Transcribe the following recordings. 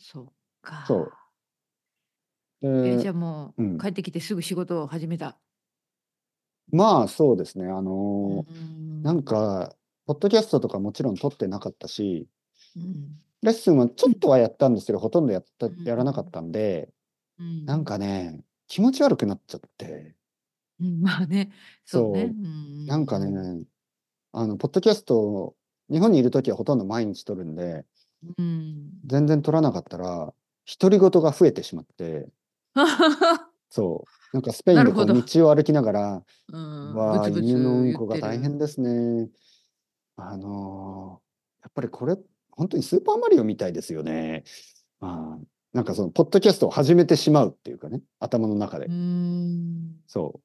そっそか。 う。 じで、 ゃあもうん。 う帰ってきてすぐ仕事を始めた。 まあそうですね。 うーなんん。 か、ポッドキャストとかもちろん撮ってなかったし、 うん。 レッスンはちょっとはやったんですけど、ほとんどうやらなかっん。 たんで、なんうん。 かね、気持ち悪くなっちゃって、 うん、まあね、そうね。 そう、 うんうんなんかうん。 ね、ポッドキャスト、日本にいるときはほとんど毎日撮るんで、 うん。 全然撮らなかったら、独り言が増えてしまって、そう、なんかスペインでこうなるほど。 道を歩きながら、 うん、ブわあ、 ツブ犬のうんツ言っこがてる。 大変ですね。やっぱりこれ、本当にスーパーマリオみたいですよね。まあ、なんかその、ポッドキャストを始めてしまうっていうかね、頭の中うーで。 ん。 そう。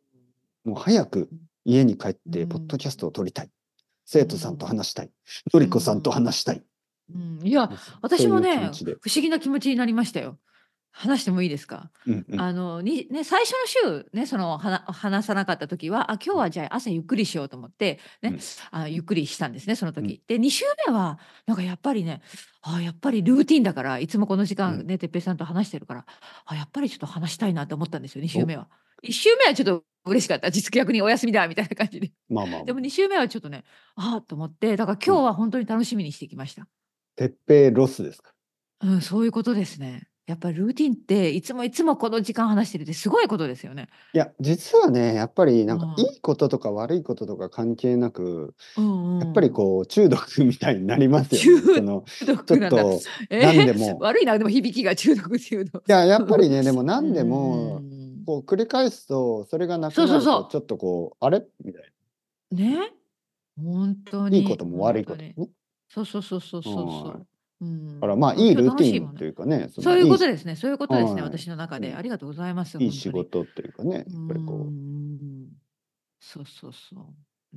もう早く家に帰っうて、ポッドキャん。 ストを撮りたい。 う生徒さんとん。 話したい。のうりこさんとん。 話したい。 うん。いや、 そういう気持私もね、 ちで。 不思議な気持ちになりましたよ。話してもいいですか？ うんうん。 最初の週ね、話さなかった時は、今日はじゃあ朝ゆっくりしようと思って、ね、 うんゆっくりしたんですね、そのうん時。で、2週目は、なんかやっぱりね、やっぱりルーティンだから、いつもこの時うん。 間ね、哲平さんと話してるから、やっぱりちょっと話したいなと思ったんですよ、2週お、 目は。1週目はちょっと嬉しかった。逆にお休みだみたいな感じで。 まあまあまあ。 でも2週目はちょっとね、と思って、だからうん。 今日は本当に楽しみにしてきました。 鉄平ロスですか？ うん、そういうことですね。やっぱりルーティンって、いつもいつもこの時間話してるってすごいことですよね。 いや、実はね、やっぱりなんかいうん。 いこととか悪いこととか関係なく、やっぱうんうん。 りこう中毒みたいになりますよ中ね。その、ちょ毒なんだ。 っと何でも。 悪いな、でも響きが中毒っていうと。 いや、やっぱりね、でもう何でも、 ん。 こう繰り返すと、それがなくそうなると、ちそうそょっとこう、あれみたいう。ね。ほんとな。いいこに、 とも悪いほんとに。 こともね。 そうそうそうそうそうはい。 そう。うだからん。 まあいい今日ルーティン楽しいもんね。 というかね、そそういうのいい、 ことですねそういうことですね、 は私の中い。うで。 ん。 ありがとうございます、 いいほんとに。 仕事というかね、やっうーぱりこん。そうそうそう。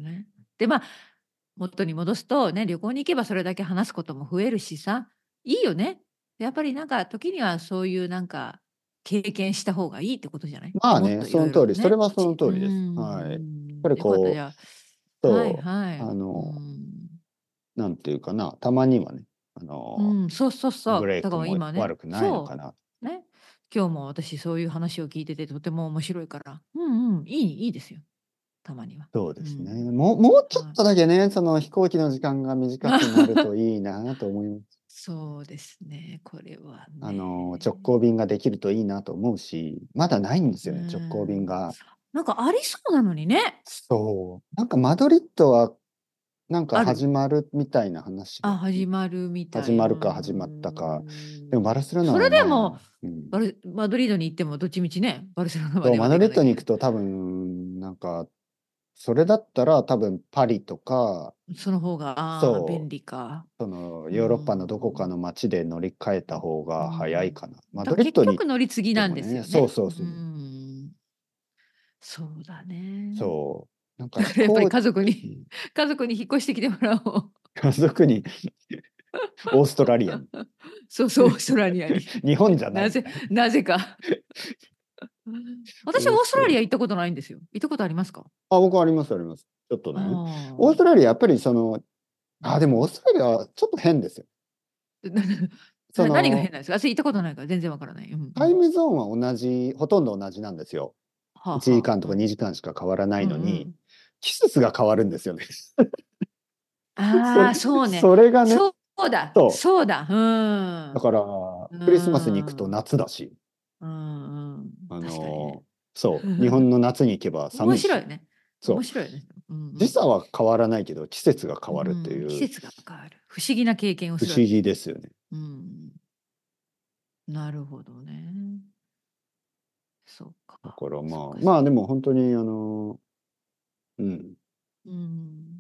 ね。で、まあ、元に戻すと、ね、旅行に行けばそれだけ話すことも増えるしさ、いいよね。やっぱりなんか時にはそういうなんか、経験した方がいいってことじゃない？ う、まで、 あね、 もっといその通り、それろいろね、 はそのうー通りです。はい。やっぱん、よかった、じりこう、 ゃあはいそう、 はい。うーん。 なんていうかな、たまにはね、 うん、そうそうそう。だかブレイクもら今ね悪くないのかそな。 う。ね。今日も私そういう話を聞いててとても面白いから、うんうん、いいですよ、たまには。 そうですね。 うん。 もうちょっはい。 とだけね、その飛行機の時間が短くなるといいなと思います。 そうですね、これはね。 直行便ができるといいなと思うし、まだないんですうよね、直行便ん。 が。 なんかありそうなのにね。 そう。なんかマドリッドは、なんかある。 始まるみたいな話は始まるみたい。 始まるか始まったか。でもバルセロナそれはでも、 まあ、うん。 マドリードに行ってもどっちみちね、バルセロナまそう、 ではマドリッ行かなきゃいけドに行くと多分、なんか、それだったら多分パリとか、 その方が、便そう、 利か。 そのうヨーロッパのどこかん。 の町で乗り換えた方うが早いん。 かな。マドリッドに行っ結局乗り継ぎなんですてもね、 よね。 そう。 そうだね。 そう。なんかだからやっぱり飛行家族に機、 家族に引っ越してきてもらおう。 家族にオーストラリアに。 そうそう、オーストラリアに。 日本じゃない。 なぜか。私オーストラリア行ったことないんですよ。行ったことありますか？ あ、僕ありますあります。ちょっとあね。オーストあ。 ラリアやっぱりその、でもオーストラリアはちょっと変ですよ。 何が変その、 なんですか？私行ったことないから全然わからない。うんうん。 タイムゾーンはほとんど同じなんですよ。1 はあはあ。 時間とかうん。 2時間しか変わらなうんういのに、 ん。 季節が変わるんですよね。それ、 ああ、そうね。 それがね、 そうだ、 そう。 そうだ。うーん。 だから、 うクリスマスに行くとーん。 夏だし、 うんうん。 あ確かにね。 の、そう、日本の夏に行けば寒いし、 面白いね。面そう、 白いね。うんうん。 時差は変わらないけど、季節が変わるって季いう節が変わる。不思議な経験を不思議するわけですね。 ですよね。 うん。なるほどね。そうか。 だからそっまあ、 かそっか。 でも本当にうん、 うん。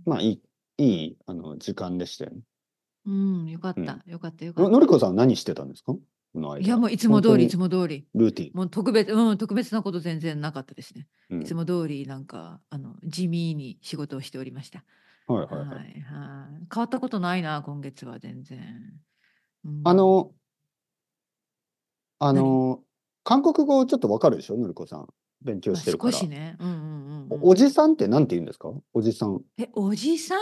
まあいい、時間でしたよね。 うん、よかっうん。 た。よかったよかった。 のりこさんは何してたんですか、このいや、 間。 もういつも通りいつ本当にも通り。 ルーティン。 もう特別なこと全然なかったですね。 うん。 いつも通りなんか、地味に仕事をしておりました。 はい。 はいはい。変わったことないな、今月は全然。うん。 あの、あ何？ の、韓国語ちょっとわかるでしょ、のりこさん。勉強してるから。 少しね。うんうんうんうん。 おじさんってなんて言うんですか、おじさん。 おじさん？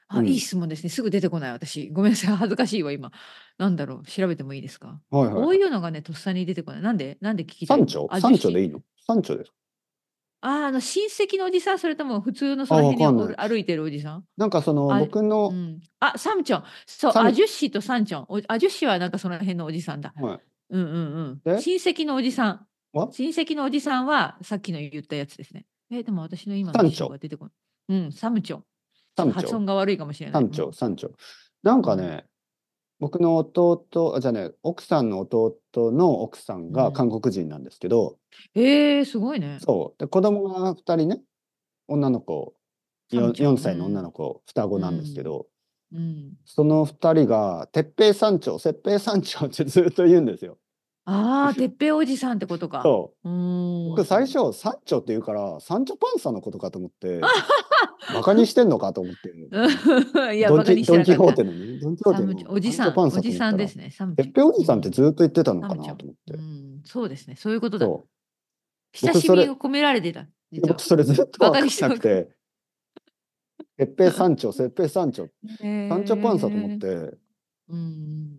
あ、いい質問ですね。すぐ出てこない私。ごめんなさい、恥ずかしいわ今。なんだろう、調べてもいいですか？こうはいはいはい。 いうのがね、とっさに出てこない。なんで聞きたいの？ 山頂あ、樹脂？ 山頂でいいの？山頂ですか？ 親戚のおじさん、それとも普通のそあ、 の辺にわかんない。 歩いてるおじさん？ なんかそのあ、 僕のうん。あ、サムチョン。そう、ア山ジュッシーとサンチョン。アジュッシーはなんかその辺のおじさんだ。 はい。 うんうんうん。 で、 親戚のおじさん。 は親戚のおじさんは、さっきの言ったやつですね。でも私の今の辞書山頂が出てこない。うん、サムチョン。ちょっと山頂発音が悪いかもしれない。 山うん。 頂山頂。なんうん。 かね、僕の弟、じゃね、奥さんの弟の奥さんが韓うん。 国人なんですけど、 すごいね。 そう。で、子供が2人ね、女の子、4 サムちゃん。う歳の女のん。 子、双子うなんですけん。 ど、 うん。 その2人が、鉄平山頂、雪平山頂ってずっと言うんですよ。 ああ、てっぺいおじさんってことか。 そう。 うー僕最ん。 初、山頂って言うから、サンチョパンサーのことかと思って、バカにしてんのかと思って、 いや、バカにしてドンキホーなかった。 テのね、ドンキホーテのおじさん、 サンチョパンおじサーと思ったら、 さんですね、サムちゃん。 鉄平おじさんってうん。 ずっと言ってたのかサムちゃん。 なと思って。 うん、そうですね、そういうことだ。 そう。 親僕それ、 しみが込められてた、実は。 僕それずっとバ分かんカにしてばっか。 なくて、鉄平山頂、雪平山頂、 へサンチョパンサーと思っえ。 て、 うん。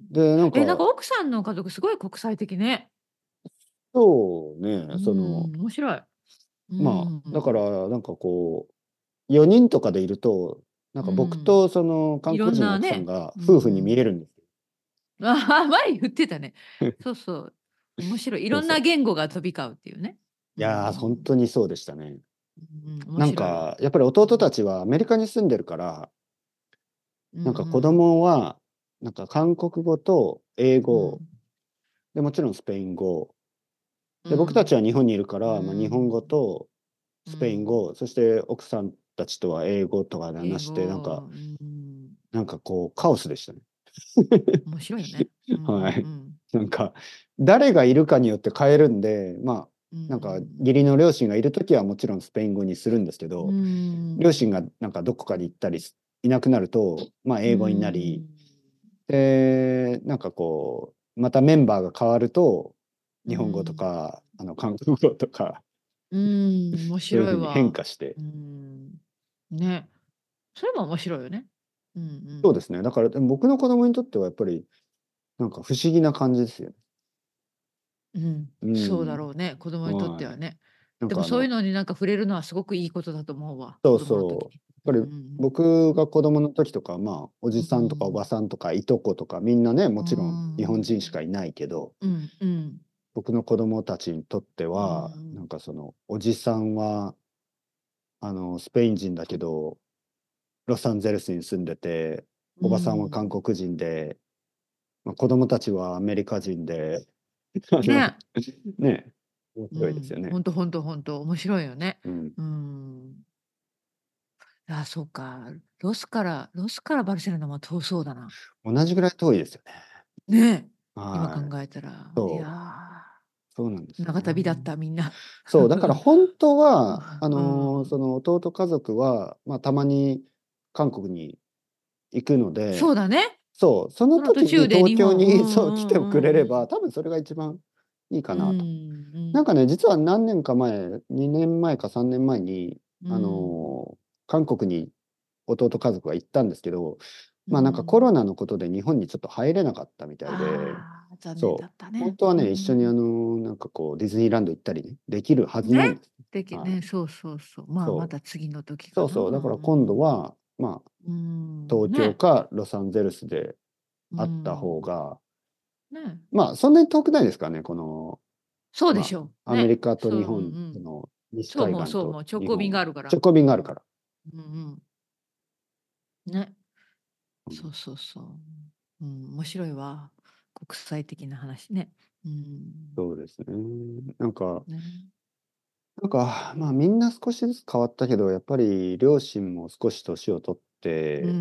で、なんなんかか、 奥さんの家族すごい国際的ね。 そううね、 ん、面白い。うまあ、だかん。 ら、なんかこう、4人とかでいると、なんうか僕ん。 とその韓いろん国人のなね。 奥さんがうんう夫婦に見えん。 るんですよ。 前言ってたね。そうそう。面白い。いろんなそうそう。 言語が飛び交うっていうね。 いやー、 うん。 本当にそうでしたね。 面なん白いわ。 か、やっぱり弟うん。 たちはアメリカに住んでるから、 うんなんか子うん。 供は、なんか韓国語と英語、 うん。 で、もちろんスペイン語。で、僕たうん。 ちは日本にいるかうら、まあ、日本語ん。 とうスペインん。 語、そして奥さんたちとは英語とかで英話して、なんか、 語、うん。 なんかこう、カオスでしたね。 面白いよね。うんうんはい。 うん。 なんか、誰がいるかによって変えるんで、まあ、 うなんか、 ん。 義理の両親がいるときはもちろんスペイン語にするんですけうど、両親ん。 がなんかどこかに行ったりいなくなると、まあ、 う英語になり、 ん。 で、なんかこう、またメンバーが変わると、 う日本語とん。 か、韓国語とか、 面そういうふうに変白いわ。 化して、 ね。それも面白いよね。うんうん。 そうですね。だから、でも僕の子供にとってはやっぱり、なんか不思議な感じですよね。 うん、 うそうだん。 ろうね、子供にとってはい。 はね。でもなんかそういうのになんか触れるのはすごくいいことだと思うわ、 そう子供の時そう。 に。 やっぱり僕が子供の時とか、まあ、おうじさんとかおばん。 さんとかいとことか、みんなね、もうちろん日本ん。 人しかいないけど、 うんうん。 僕の子供たちにとってうは、なん。 んかその、おじさんは、スペイン人だけど、ロサンゼルスに住んでて、 うおばさんは韓ん。 国人で、まあ、子供たちはアメリカ人で、あの、 ね。 ね、面白いですうん。 よね。 ほんとほんとほんと、面白いよね。 うん。 うん。そうか。ロスからバルセロナは遠そうだな。 同じぐらい遠いですよね。 ね。今考はい。 えたら。いそう。 や、 そうなんですよ長旅だっね。 たみんな。 そう、だから本当は、 うん。 その弟家族は、まあ、たまに韓国に行くので、 そうだね。 そう、そのその途時に中で東京日本、うんにそう来てくれれば、 うん多分それが一番いいかうんうん。 なと。 うん、 なんかね、実は何年か前、2年前か3年前に、 うん、 韓国に弟家族が行ったんですけど、 うまあなんかコん。 ロナのことで日本にちょっと入れなかったみたいで、 ああ、残念だそう、 ったね。う本当はね、一緒にん。 なんかこう、ディズニーランド行ったりね、できるはずね、 なんです。はい。 ね、そうそうそう。まあ、まそう。 た次の時かな。 そうそう。だから今度は、まあ、東京ね。 かロサンゼルスでう会った方ん。 が、 ね。 まあ、そんなに遠くないですかね、この、まそうでしょう。 あ、アメリね。 カとそう、 日本、 うん。 その、西そう、 海岸ともうそう、もう直行便が日本は、 あるから。 直行うん。 便があるから。 うんうん。ね。 うん、 そうそうそう。うん、面白いわ。国際的な話ね。うん。 そうですね。なんか、 ね。 まあみんな少しずつ変わったけど、やっぱり両親も少し年を取って、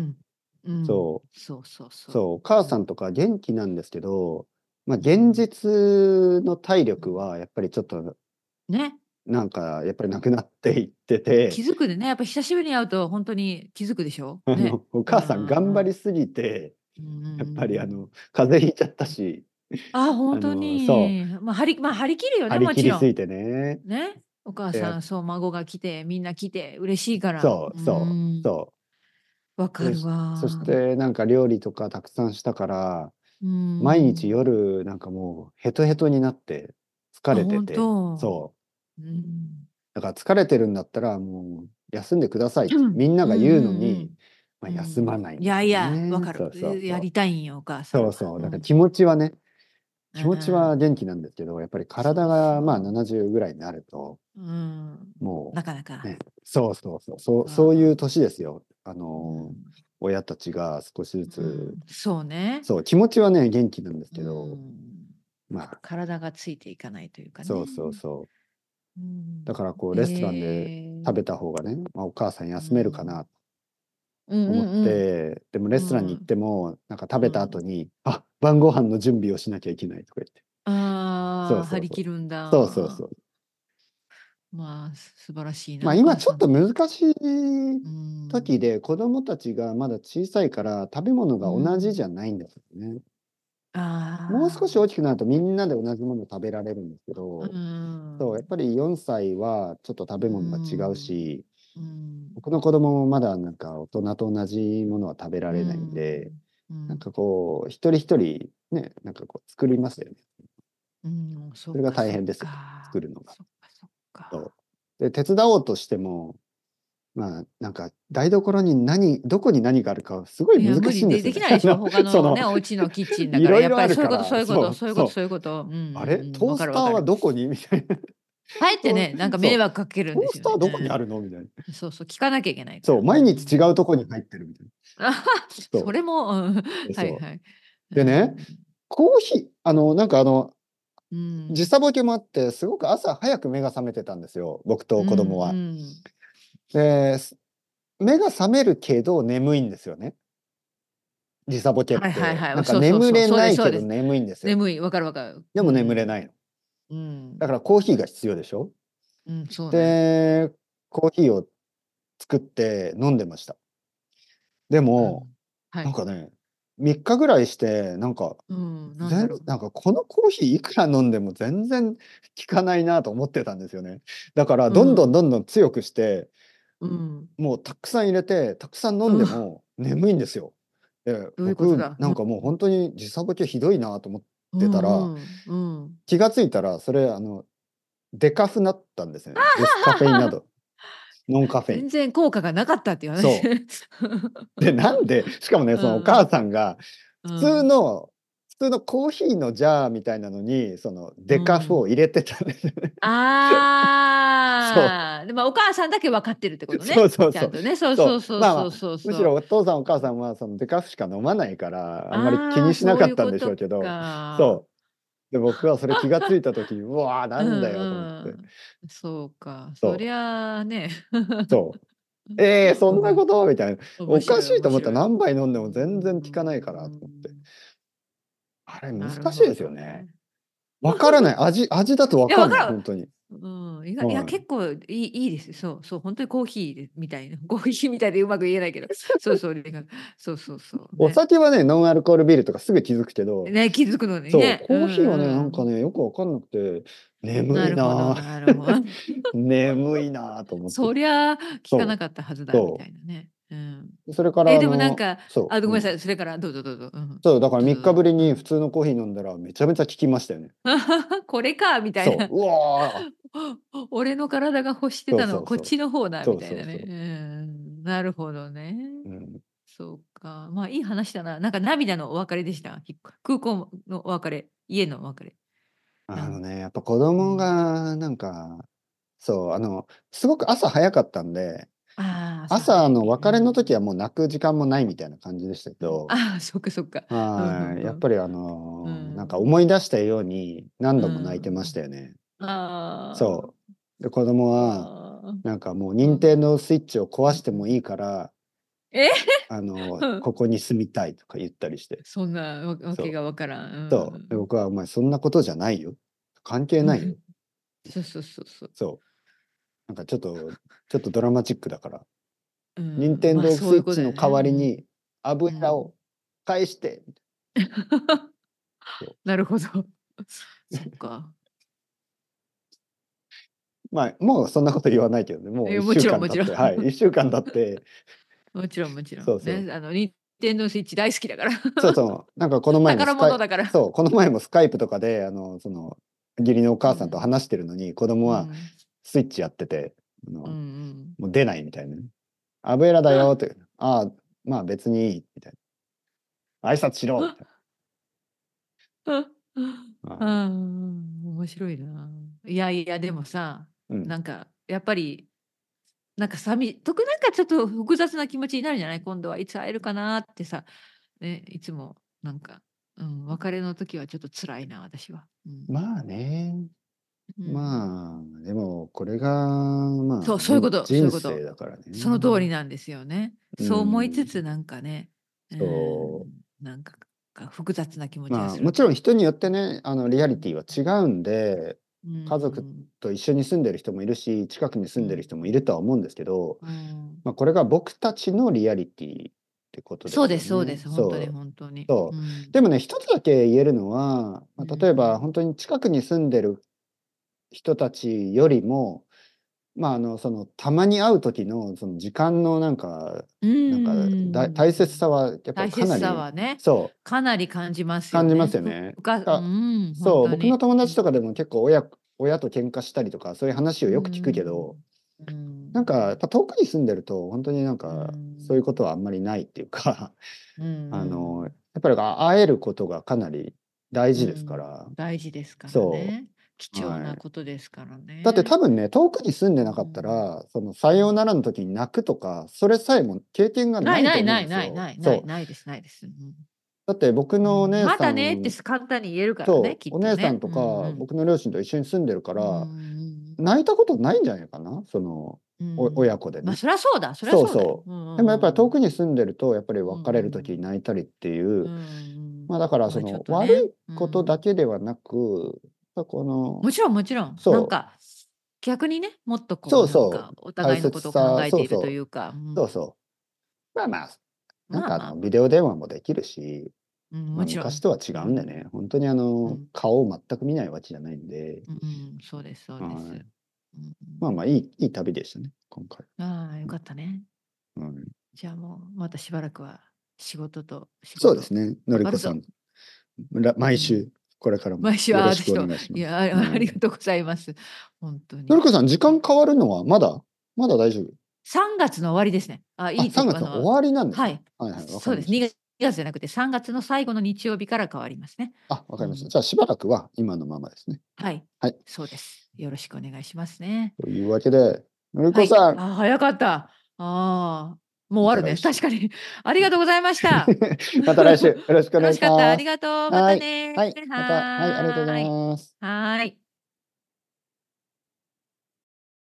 うん。うん。 そう、 そうそうそそう、おう。 母さんとか元気なんですけど、まあ現うん。 実の体うん。 力はやっぱりちょっとね。 なんかやっぱりなくなっていってて、 気づくでね、やっぱ久しぶりに会うとほんとに気づくでしょ？ね。 おうんう母さん頑張んうん。 りすぎて、 うんうんうんうやっぱりん。 風邪ひいちゃったし、 ほんとそう、 に。張り切るよね、 張りもちろん。 切りすぎてね。 ね。お母で、 さん、そう、孫が来て、みんな来て嬉しいから。 そうそうそう。 わかで、 るそしわ。 てなんか料理とかたくさんしたから、 う毎日ん。 夜なんかもうヘトヘトになって疲あ、 れて本て、 当。 そう。 うん。 だから疲れてるんだったらもう休んでくださいってうん、 みんなうんが言ううんのに、まあ、 うん。う休まん。いやないんですよいや、わね。 かる。 そうそうそう。 やりたいんよ、お母さんは。 そうそう。 うん。 だから気持ちはね、 う気持ちはん。 元気なんですけど、やっぱり体そうがまあそ 70ぐらいになると、 う。うん。 もなかなか。 うね、そうそうそう、そういうあ年ですよ。 うん。 親たちが少しずうつ、 ん。そうね。 そう、気持ちはね、元気なんですうけど、 ん。 まあ、 体がついていかないというかね。 そうそうそう。 うん。 だからこう、レストランで食べええ。 た方がね、まあ、お母さんう休めるかん。 なとうん思っうんて、でもレうストランに行っん。 ても、なんか食べた後うん。 に、あ、晩ご飯の準備をしなきゃいけないとか言って。そああ、張うそうそう。 り切るんそうそうだ。 そう。 まあ、素晴らしいな、 まあお母さん。 今ちょっと難しいうん。 時で子供たちがまだ小さいから食べ物うが同じじん。 ゃないんですよね。もう少しあ大きくなるとみんなで同じもの食べられるんですけあ、うど、そう、やっん。 ぱり4歳はちょっと食べう物が違うん。 し、 うん。 僕の子供もまだなんか大人と同じものは食べらうれないんで、 ん。うん。 なんかこう、一人一人ね、なんかこう作りますよね。 うん、そそれがっかそっ大変ですよね、作か。 るのが。 そっかそっか。 そう。で、手伝おうとしても、まあ、なんか台所にどこに何があるかすごいいや、 難無理でしいんですよね。 できないでしょ。他その、 のね、お家のキッチンだから、 いろいろあやっぱりそういうこと、 るから、 そういうこと、そういうこと、 そう。 そういうこと。うんうあれんうん。わトースターかるわかる。 はどこにみたいな。 かえってね、なんか迷そう。 惑かけるんトースターですよね。 どこにあるのみたいな。 そうそう、聞かなきゃいけないから。 そう。 うんう毎日違うん。 とこに入ってるみたいな。 あははそそれも、うん、 う。そはいはい。 う。でね、 うん。 コーヒー、なんかうん。 時差ボケもあって、すごく朝早く目が覚めてたんですよ。僕と子供うんうは。 ん。 で、目が覚めるけど眠いんですよね。時差ボケっはいはいて。 はい。 なんかそうそうそう。 眠れないけどそうですそうです。 眠いんですよ。 眠い、わかるわかる。 でも眠れうん。 ないの。 うん。 だからコーヒーが必要でしょ。 うん、そうね。 で、コーヒーを作って飲んでました。でも、 うん。はい。 なんかね、3日ぐらいして、なんか、 うん、なんだろう。 なんかこのコーヒーいくら飲んでも全然効かないなと思ってたんですよね。だからどんどんうん。 どんどん強くして、 うん。 もうたくさん入れて、たくさん飲んうん。 でも眠いんですよ。で、 どういうこと僕、 だ。うん。 なんかもう本当に時差ボケひどいなと思っうてたら、 んうん。うん。 気がついたら、それ、デカフなったんですね。デスカフェインなど、ノンカフェイン。 全然効果がなかったっていう話。 そう。で、なんで、しかもね、 うそのお母んさんが、普通うん。 の、普通のコーヒーのジャーみたいなのに、そのうデカフをん。 入れてたんですよね。そああ、でもお母さんだけ分かってるってこう、 とね。 そうそうそう。 ちゃんとね。そうそう。 そうそうまあまあ、 そうそうむしろそう。 お父さんお母さんはそのデカフしか飲まないから、あんまり気ああ、 にしなそうかったんでしょいうことうけど、 か。 そう。で、僕はそれ気がついた時に、うわー、 うなんだよと思って。 んうん。そうか。そりそう、 ゃあね。 そう。そんなことみたいな。おかし面白いいと思ったら面白い。 何杯飲んうーでも全然効かないからと思って。 ん。 あれ難しいなるほですよね。 どね。 わからない。味だとわいや、 かんない、 分かる。 本当に。 うん、いや、 はい。 結構いいです。そうそう、本当にコーヒーでみたいな、コーヒーみたいでうまく言えないけど、そうそう、そうそうそう、 おね。 酒はね、ノンアルコールビールとかすぐ気づくけど、 ね、気づくのにそう、 ね。うんコーヒーはね、なんうん。 かね、よくわかんなくて、眠なるほどいななるほど。 ぁ。眠いなぁと思ってて。 そりゃ聞かそなかったはずう、 だみたそいなね。うん。 う。それからでもなんか、あ、ごうん。 めんなさい、それからどうぞどうぞ。うん。 そう、だから3 どうぞどうぞ。 日ぶりに普うん。 通のコーヒー飲んだらめちゃめちゃ効きましたよね。 これかみたいな。 そう、うわー、 俺の体が欲してそうたのはこっそうそう。 ちの方だそみたいなね。 うそうそう。 うん、なるほどね。 うん。 そうか。まあ、いい話だな。なんか涙のお別れでした。空港のお別れ、家のお別れ。 やっぱ子供うん。 がなんか、そう、すごく朝早かったんで、 ああ、朝朝早い。う別れの時はん。 もう泣く時間もないみたいな感じでしたけうん。 ど、 ああ、そっかそっか。うん、ふんはい、 ふん。 やっぱりうなんかん。 思い出したように何う度も泣いてましん。 たよね。 ああ。 そう。で、子供は、 わあ。 なんかもううん。 任天堂スイッチを壊してもいうんいから、 え？うん。 ここに住みたいとか言ったりして。 そんなわけそう。 がわからん。うそう。で、 ん。 僕は、お前そんなことじゃないよ。関係ないよ。 そうそうそうそう。 そう。なんかちょっとドラマチックだから、 うん、まあ、 任天堂そういうスイッチの代ことだよね。 わりに、アブうん。うん。 エラを返して。そうなるほど。そっか。 まあ、もうそんなこと言わないけどね、もう1 も週ちろんもちろん。 間経って、はい、1週間経って、 もちろんもちろん。 そうそう。 ね、ニンテンドースイッチ大好きだから。 そうそう。なんかこの前も宝物だから。 そう、この前もスカイプとかで、義理のお母さんとうん。 話してるのに、子供はうん。 スイッチやってて、 うんうん。 もう出ないみたいなね。アブエラだよって、ああ、まあ別にいい、みたいな。挨拶しろみたいな。 うはい。 ん、面白いな。いやいや、でもさ、 うん。 なんかやっぱり、なんかなんかちょっと複雑な気持ちになるんじゃない？今度はいつ会えるかなってさ、ね、いつもなんか、別れの時はちょっと辛いな、私は。うん。 まあね。 うん。 まあ、でも、これが、まそう、 あ、 そういうこと、そういう人こと。 生だからその通りね。 なんですよね。 うそう思いつん。 つなんかね、 そう。 なんか、複雑な気持ちがまあ、 するんだよ。 もちろん人によってね、リアリティうん。 は違うんで、 う家族ん。 と一緒に住んでる人もいるし、近くにう住んでる人もいるん。 とは思うんですけど、 うん。 まあ、これが僕たちのリアリティってことでそうすよね。 ですそうです。本当にそう。 本当に。 そう。 うん。 でもね、一つだけ言えるのは、 うまあ、例えばん。 本当に近くに住んでる人たちよりも、まあ、たまに会う時の、その時間のう大切さん。 はやっぱり大切さかなり、 はね、 そう、 かなり感じますよ感じまね。 すよね。 本そう、 当に。 僕の友うん。 達とかでも結構親と喧嘩したりとか、そういう話をうよく聞くけど、 ん。うん。 なんか、やっぱ遠くに住んでると、本当になんうか、そういうん。 ことはあんまりないっていうか、 うん。 やっぱり会えることがかなり大う事ですかん。 ら、 大事ですからそね。貴う、 重はい。 なことですからだってね。 多分ね、遠くに住んでうなかったん。 ら、そのさようならの時に泣くとか、それさえも経験がないないと思うんないないですよ。 ないないないそう。 ないですないです。うん。 だって僕のおうん。 姉またねってさん簡単に言えるからね、 と、 きっお姉さんとね。 とか、 うんうん。 僕の両親と一緒に住んでるかうんうら、 ん泣いたことないんじゃないかな、 うん。うん。ま、 親子でね。 そりゃそうだ、そりゃそうそうだよ。 そう。 うんうでもやっぱり遠んうんくに住んでると、やっぱりうん。 別れる時に泣いたりっていうんう、 うん。 まあだからまあ、ちょっそのとね。 悪いうことだん。 けではなく、この、 もちろんもちろん。なんそか、逆にね、もっとう、そうなんそう、 かお大互いのことを考切さ、 えているとそうそう、 いうか、うん。 そうそう。まあまあ、なんかまあまあまあ。 ビデオ電話もできるし、 うん、 まあもちろん。 昔とは違うん。 うんでね、本当にうん。 顔を全く見ないわけじゃないんで、 うん、そうですそうです。 はい。 うんうん。 まあまあ、いい旅でしたね、今回。 ああ、よかったね。 うん。 じゃあもう、またしばらくは仕事そうですね、の頑張るぞ。 りこさん、毎週、 うん。 これからも毎週、 よろしく私と、 お願いします。 いや、あはい。 りがとうございます。本当に。 のりこさん、時間変わるのはまだ大丈夫？ 3月の終わりですね。あ、いあ、 いと 3 こ月の終わりなんですね。 はい。 はいはい、わかそうです。 りました。 2月じゃなくて3月の最後の日曜日から変わりますね。 あ、わかりました。 うん。 じゃあしばらくは今のままですね。 はい。 はい。 そうです。よろしくお願いしますね。 というわけで、のりはい。 こさん、 あ、早かった。ああ、もう終わるね。 また来週。 確かに。ありがとうございました。 また来週よろしくお願いし楽しかった。あます。 りがとう。まはい。 たね。 はい。また、はい、ありがとうございはーい。 ます。 はーい。